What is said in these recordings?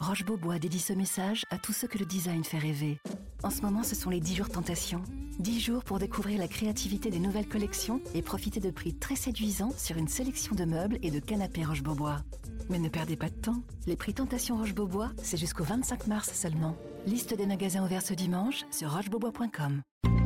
Roche Beaubois dédie ce message à tous ceux que le design fait rêver. En ce moment, ce sont les 10 jours tentation. 10 jours pour découvrir la créativité des nouvelles collections et profiter de prix très séduisants sur une sélection de meubles et de canapés Roche Beaubois. Mais ne perdez pas de temps. Les prix tentation Roche Beaubois, c'est jusqu'au 25 mars seulement. Liste des magasins ouverts ce dimanche sur rochebeaubois.com.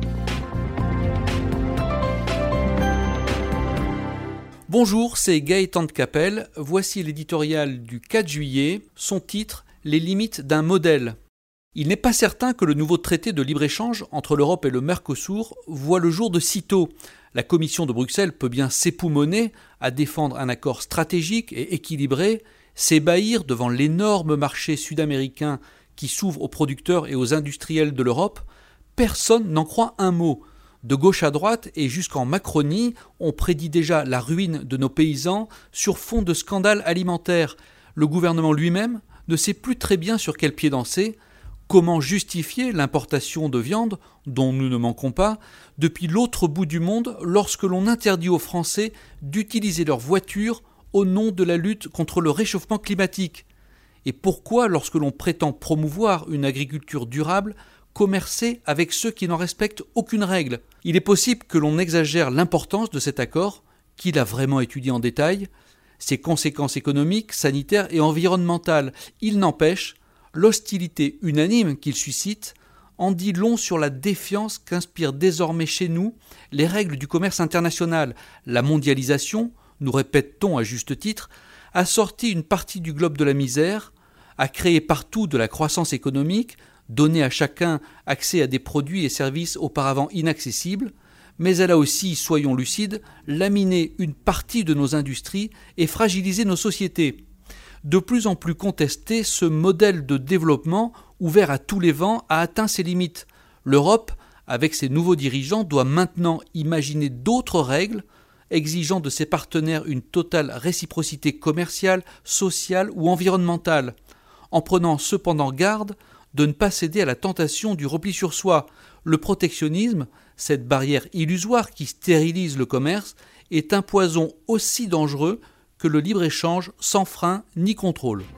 Bonjour, c'est Gaëtan de Capelle. Voici l'éditorial du 4 juillet. Son titre, Les limites d'un modèle. Il n'est pas certain que le nouveau traité de libre-échange entre l'Europe et le Mercosur voit le jour de sitôt. La Commission de Bruxelles peut bien s'époumoner à défendre un accord stratégique et équilibré, s'ébahir devant l'énorme marché sud-américain qui s'ouvre aux producteurs et aux industriels de l'Europe. Personne n'en croit un mot. De gauche à droite et jusqu'en Macronie, on prédit déjà la ruine de nos paysans sur fond de scandales alimentaires. Le gouvernement lui-même ne sait plus très bien sur quel pied danser. Comment justifier l'importation de viande, dont nous ne manquons pas, depuis l'autre bout du monde lorsque l'on interdit aux Français d'utiliser leur voiture au nom de la lutte contre le réchauffement climatique ? Et pourquoi, lorsque l'on prétend promouvoir une agriculture durable, commercer avec ceux qui n'en respectent aucune règle ? Il est possible que l'on exagère l'importance de cet accord, qui l'a vraiment étudié en détail, ses conséquences économiques, sanitaires et environnementales. Il n'empêche, l'hostilité unanime qu'il suscite en dit long sur la défiance qu'inspirent désormais chez nous les règles du commerce international. La mondialisation, nous répète-t-on à juste titre, a sorti une partie du globe de la misère, a créé partout de la croissance économique, donné à chacun accès à des produits et services auparavant inaccessibles, mais elle a aussi, soyons lucides, laminé une partie de nos industries et fragilisé nos sociétés. De plus en plus contesté, ce modèle de développement, ouvert à tous les vents, a atteint ses limites. L'Europe, avec ses nouveaux dirigeants, doit maintenant imaginer d'autres règles, exigeant de ses partenaires une totale réciprocité commerciale, sociale ou environnementale, en prenant cependant garde de ne pas céder à la tentation du repli sur soi. Le protectionnisme, cette barrière illusoire qui stérilise le commerce, est un poison aussi dangereux que le libre-échange sans frein ni contrôle.